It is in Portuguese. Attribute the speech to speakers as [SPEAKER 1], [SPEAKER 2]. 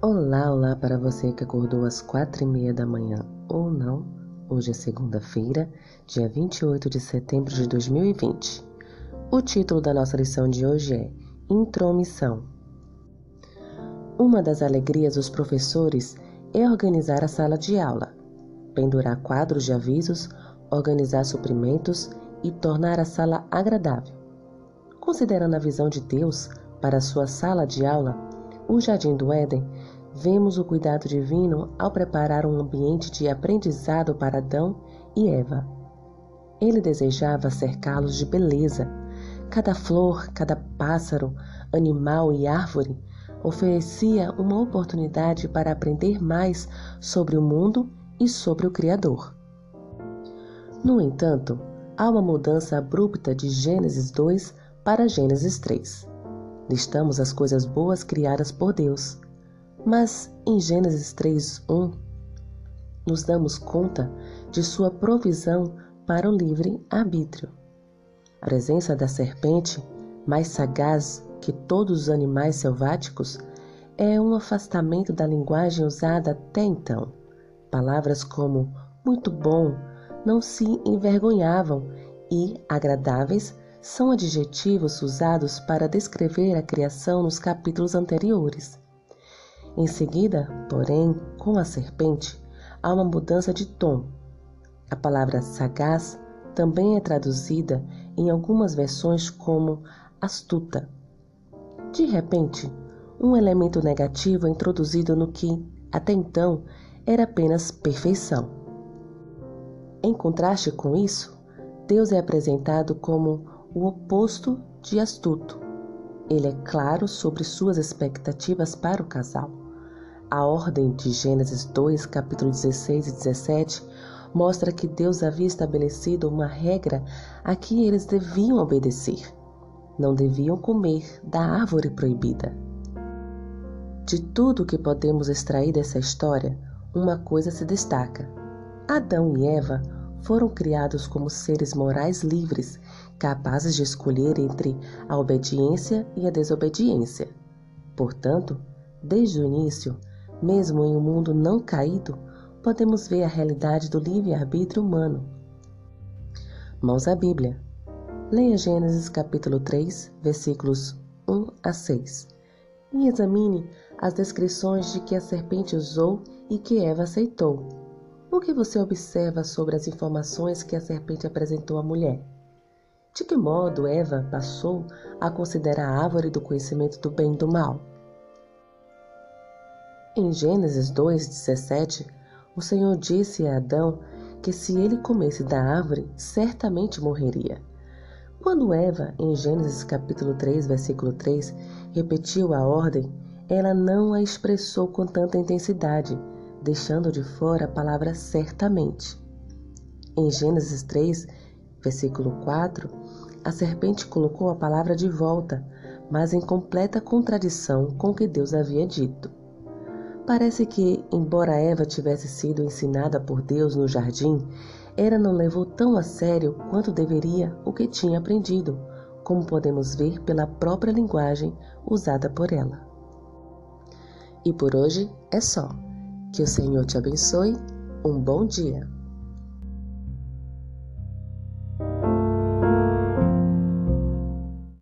[SPEAKER 1] Olá, olá para você que acordou às 4h30 da manhã ou não. Hoje é segunda-feira, dia 28 de setembro de 2020. O título da nossa lição de hoje é Intromissão. Uma das alegrias dos professores é organizar a sala de aula, pendurar quadros de avisos, organizar suprimentos e tornar a sala agradável. Considerando a visão de Deus para a sua sala de aula, o Jardim do Éden, vemos o cuidado divino ao preparar um ambiente de aprendizado para Adão e Eva. Ele desejava cercá-los de beleza. Cada flor, cada pássaro, animal e árvore oferecia uma oportunidade para aprender mais sobre o mundo e sobre o Criador. No entanto, há uma mudança abrupta de Gênesis 2 para Gênesis 3. Listamos as coisas boas criadas por Deus, mas em Gênesis 3:1 nos damos conta de sua provisão para o livre-arbítrio. A presença da serpente, mais sagaz que todos os animais selváticos, é um afastamento da linguagem usada até então. Palavras como muito bom não se envergonhavam e agradáveis são adjetivos usados para descrever a criação nos capítulos anteriores. Em seguida, porém, com a serpente, há uma mudança de tom. A palavra sagaz também é traduzida em algumas versões como astuta. De repente, um elemento negativo é introduzido no que, até então, era apenas perfeição. Em contraste com isso, Deus é apresentado como o oposto de astuto. Ele é claro sobre suas expectativas para o casal. A ordem de Gênesis 2, capítulo 16 e 17, mostra que Deus havia estabelecido uma regra a que eles deviam obedecer. Não deviam comer da árvore proibida. De tudo o que podemos extrair dessa história, uma coisa se destaca. Adão e Eva foram criados como seres morais livres, capazes de escolher entre a obediência e a desobediência. Portanto, desde o início, mesmo em um mundo não caído, podemos ver a realidade do livre-arbítrio humano. Mãos à Bíblia. Leia Gênesis capítulo 3, versículos 1 a 6. E examine as descrições de que a serpente usou e que Eva aceitou. O que você observa sobre as informações que a serpente apresentou à mulher? De que modo Eva passou a considerar a árvore do conhecimento do bem e do mal? Em Gênesis 2:17, o Senhor disse a Adão que se ele comesse da árvore, certamente morreria. Quando Eva, em Gênesis capítulo 3, versículo 3, repetiu a ordem, ela não a expressou com tanta intensidade, deixando de fora a palavra certamente. Em Gênesis 3, versículo 4, a serpente colocou a palavra de volta, mas em completa contradição com o que Deus havia dito. Parece que, embora Eva tivesse sido ensinada por Deus no jardim, ela não levou tão a sério quanto deveria o que tinha aprendido, como podemos ver pela própria linguagem usada por ela. E por hoje é só. Que o Senhor te abençoe. Um bom dia.